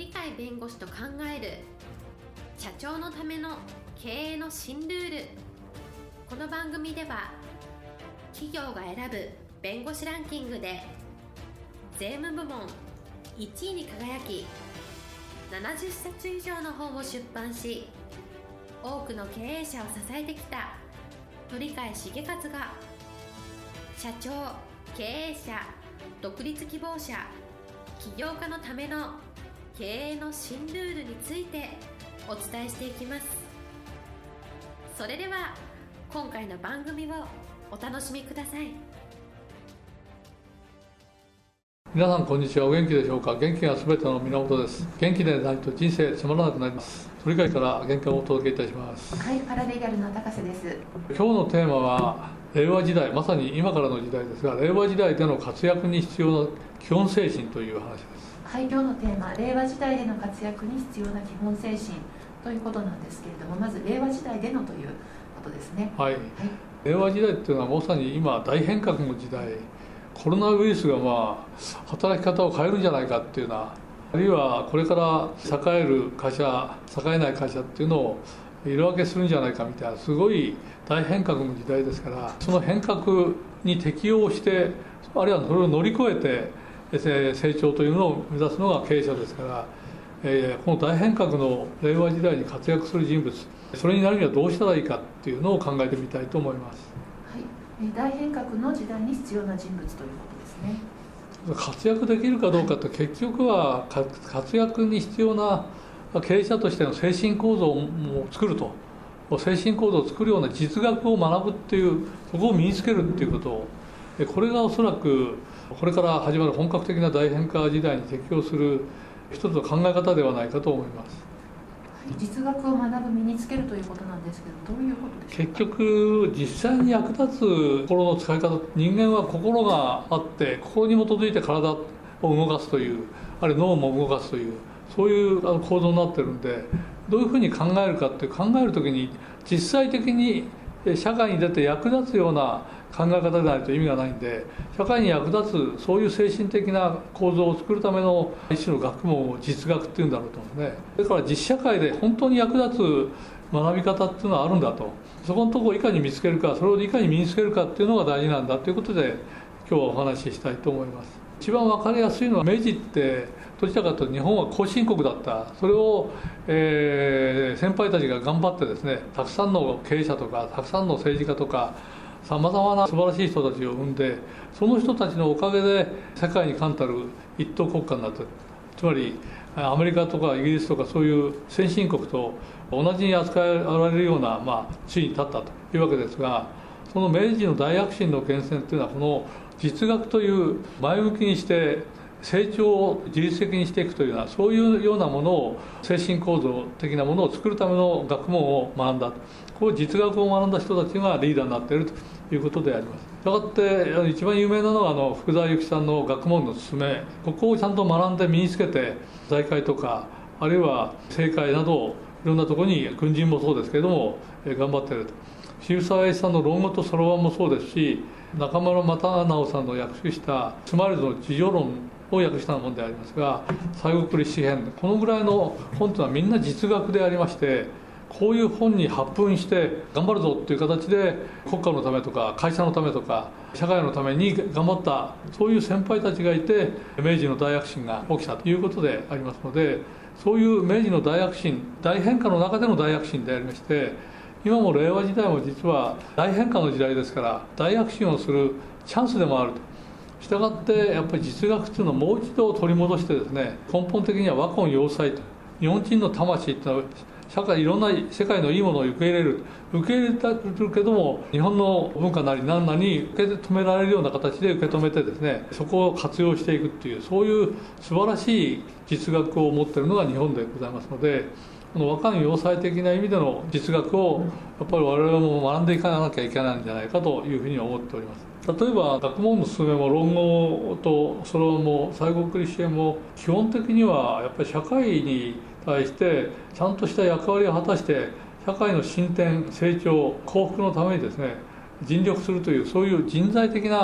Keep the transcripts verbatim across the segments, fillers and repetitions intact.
鳥飼弁護士と考える社長のための経営の新ルール。この番組では企業が選ぶ弁護士ランキングで税務部門いちいに輝き、ななじゅっさつ以上の本を出版し、多くの経営者を支えてきた鳥飼茂勝が、社長、経営者、独立希望者、起業家のための経営の新ルールについてお伝えしていきます。それでは今回の番組をお楽しみください。 皆さんこんにちは。お元気でしょうか。元気がすべての源です。元気でないと人生つまらなくなります。鳥飼から元気をお届けいたします。 はい、パラレギャルの高瀬です。 今日のテーマは令和時代、まさに今からの時代ですが、令和時代での活躍に必要な基本精神という話です。 はい、今日のテーマ、令和時代での活躍に必要な基本精神ということなんですけれども、まず令和時代でのということですね。 はい、 はい、 令和時代っていうのはまさに今大変革の時代、コロナウイルスがまあ働き方を変えるんじゃないかっていうような、あるいはこれから栄える会社、栄えない会社っていうのを色分けするんじゃないかみたいな、すごい大変革の時代ですから、その変革に適応して、あるいはそれを乗り越えて成長というのを目指すのが経営者ですから、えー、この大変革の令和時代に活躍する人物、それになるにはどうしたらいいかっていうのを考えてみたいと思います。 はい、大変革の時代に必要な人物ということですね。 活躍できるかどうかって、結局は活躍に必要な経営者としての精神構造を作ると、精神構造を作るような実学を学ぶっていう、そこを身につけるっていうことを、これがおそらくこれから始まる本格的な大変化時代に適応する一つの考え方ではないかと思います。 実学を学ぶ、身につけるということなんですけど、どういうことでしょうか。 結局実際に役立つ心の使い方、人間は心があって、心に基づいて体を動かすという、あるいは脳も動かすという、そういう構造になってるんで、どういうふうに考えるかって考えるときに、実際的に社会に出て役立つような考え方でないと意味がないんで、社会に役立つそういう精神的な構造を作るための一種の学問を実学っていうんだろうと思うんですね。それから実社会で本当に役立つ学び方っていうのはあるんだと、そこのところをいかに見つけるか、それをいかに身につけるかっていうのが大事なんだということで、今日はお話ししたいと思います。一番分かりやすいのは、明治ってどちらかというと日本は後進国だった。それを、えー、先輩たちが頑張ってですね、たくさんの経営者とかたくさんの政治家とかさまざまな素晴らしい人たちを生んで、その人たちのおかげで世界に冠たる一等国家になった。つまりアメリカとかイギリスとかそういう先進国と同じに扱われるような、まあ、地位に立ったというわけですが、その明治の大躍進の源泉というのは、この実学という前向きにして成長を自律的にしていくというような、そういうようなものを、精神構造的なものを作るための学問を学んだ、こういう実学を学んだ人たちがリーダーになっているということであります。したがって一番有名なのはあの福沢諭吉さんの学問の勧め、ここをちゃんと学んで身につけて、財界とかあるいは政界などいろんなところに、軍人もそうですけれども頑張っていると。渋沢栄一さんの論語とそろばんもそうですし、中村又直さんの訳したスマイルズの自助論を訳したものでありますが、西国立志編、このぐらいの本というのはみんな実学でありまして、こういう本に発奮して頑張るぞという形で、国家のためとか会社のためとか社会のために頑張った、そういう先輩たちがいて明治の大躍進が起きたということでありますので、そういう明治の大躍進、大変化の中での大躍進でありまして、今も令和時代も実は大変化の時代ですから、大躍進をするチャンスでもあると。したがってやっぱり実学というのをもう一度取り戻してですね、根本的には和根要塞と、日本人の魂というのは社会、いろんな世界のいいものを受け入れる、受け入れてるけども、日本の文化なり何なりに受け止められるような形で受け止めてですね、そこを活用していくっていう、そういう素晴らしい実学を持っているのが日本でございますので、この和漢要塞的な意味での実学をやっぱり我々も学んでいかなきゃいけないんじゃないかというふうに思っております。例えば学問の勧めも論語とそれも西国立志編も、基本的にはやっぱり社会に対してちゃんとした役割を果たして、社会の進展、成長、幸福のためにですね尽力するという、そういう人材的な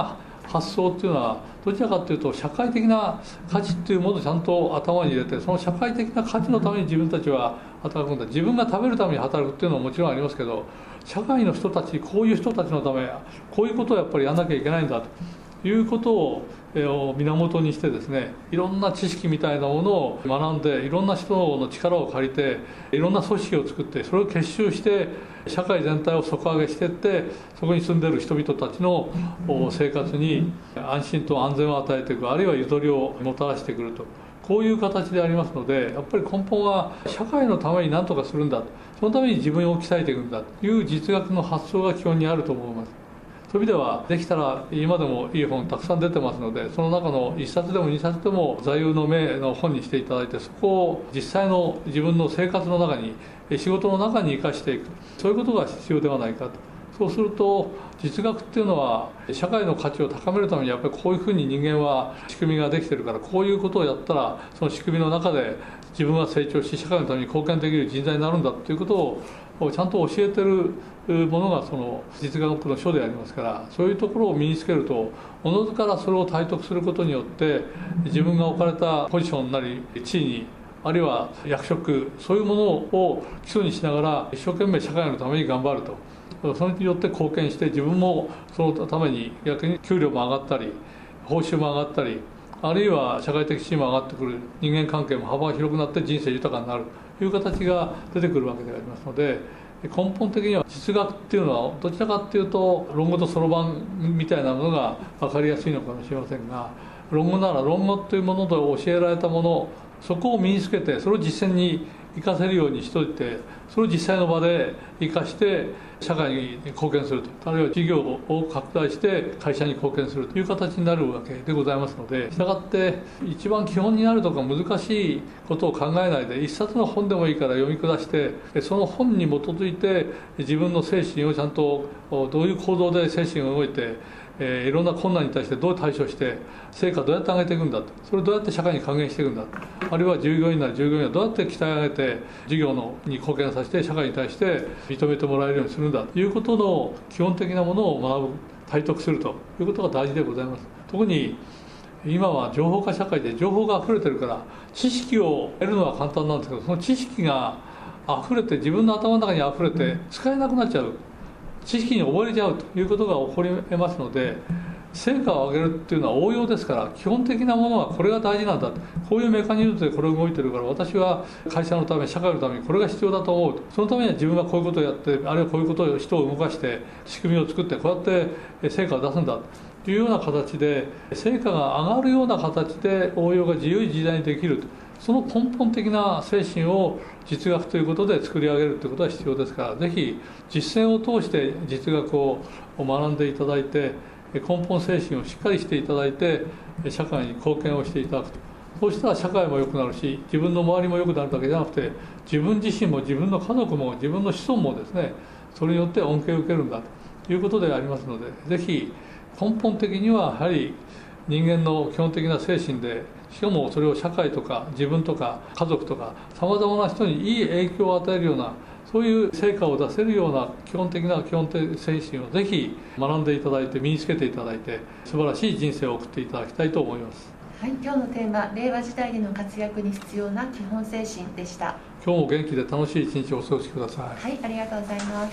発想っていうのはどちらかというと社会的な価値っていうものをちゃんと頭に入れて、その社会的な価値のために自分たちは働くんだ、自分が食べるために働くっていうのはもちろんありますけど、社会の人たち、こういう人たちのためこういうことをやっぱりやんなきゃいけないんだということを源にしてですね、いろんな知識みたいなものを学んで、いろんな人の力を借りて、いろんな組織を作って、それを結集して社会全体を底上げしていって、そこに住んでいる人々たちの生活に安心と安全を与えていく、あるいはゆとりをもたらしてくると、こういう形でありますので、やっぱり根本は社会のために何とかするんだ、そのために自分を鍛えていくんだという実学の発想が基本にあると思います。そういう意味では、できたら今でもいい本たくさん出てますので、その中のいっさつでもにさつでも座右の銘の本にしていただいて、そこを実際の自分の生活の中に、仕事の中に生かしていく、そういうことが必要ではないかと。そうすると実学っていうのは社会の価値を高めるために、やっぱりこういうふうに人間は仕組みができてるから、こういうことをやったらその仕組みの中で自分は成長し、社会のために貢献できる人材になるんだということをちゃんと教えてるものがその実学の書でありますから、そういうところを身につけると、おのずからそれを体得することによって自分が置かれたポジションなり地位に、あるいは役職、そういうものを基礎にしながら一生懸命社会のために頑張ると。それによって貢献して、自分もそのために逆に給料も上がったり、報酬も上がったり、あるいは社会的地位も上がってくる、人間関係も幅が広くなって人生豊かになるという形が出てくるわけでありますので、根本的には実学っていうのはどちらかっていうと論語とそろばんみたいなものが分かりやすいのかもしれませんが、論語なら論語というもので教えられたもの、そこを身につけて、それを実践に生かせるようにしておいて、それを実際の場で生かして社会に貢献すると、あるいは事業を拡大して会社に貢献するという形になるわけでございますので、したがって一番基本になるとか難しいことを考えないで、一冊の本でもいいから読み下して、その本に基づいて自分の精神をちゃんとどういう行動で精神が動いて、えー、いろんな困難に対してどう対処して、成果をどうやって上げていくんだと、それをどうやって社会に還元していくんだと、あるいは従業員なら従業員をどうやって鍛え上げて事業のに貢献させて社会に対して認めてもらえるようにするんだということの基本的なものを学ぶ、体得するということが大事でございます。特に今は情報化社会で情報があふれてるから、知識を得るのは簡単なんですけど、その知識があふれて、自分の頭の中にあふれて使えなくなっちゃう、知識に覚えちゃうということが起こり得ますので、成果を上げるっていうのは応用ですから、基本的なものはこれが大事なんだと、こういうメカニズムでこれが動いてるから、私は会社のため、社会のためにこれが必要だと思うと、そのためには自分はこういうことをやって、あるいはこういうことを人を動かして仕組みを作って、こうやって成果を出すんだというような形で、成果が上がるような形で応用が自由自在にできると、その根本的な精神を実学ということで作り上げるということが必要ですから、ぜひ実践を通して実学を学んでいただいて、根本精神をしっかりしていただいて、社会に貢献をしていただくと。そうしたら社会も良くなるし、自分の周りも良くなるだけじゃなくて、自分自身も自分の家族も自分の子孫もですね、それによって恩恵を受けるんだということでありますので、ぜひ根本的にはやはり人間の基本的な精神で、しかもそれを社会とか自分とか家族とかさまざまな人にいい影響を与えるような、そういう成果を出せるような基本的な基本的精神をぜひ学んでいただいて、身につけていただいて、素晴らしい人生を送っていただきたいと思います。 はい、今日のテーマ、令和時代での活躍に必要な基本精神でした。 今日も元気で楽しい一日をお過ごしください。 はい、ありがとうございます。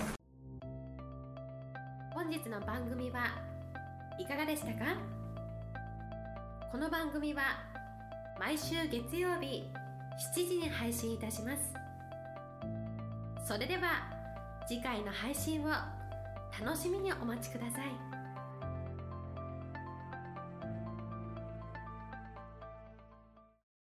本日の番組はいかがでしたか？この番組は毎週月曜日しちじに配信いたします。それでは次回の配信を楽しみにお待ちください。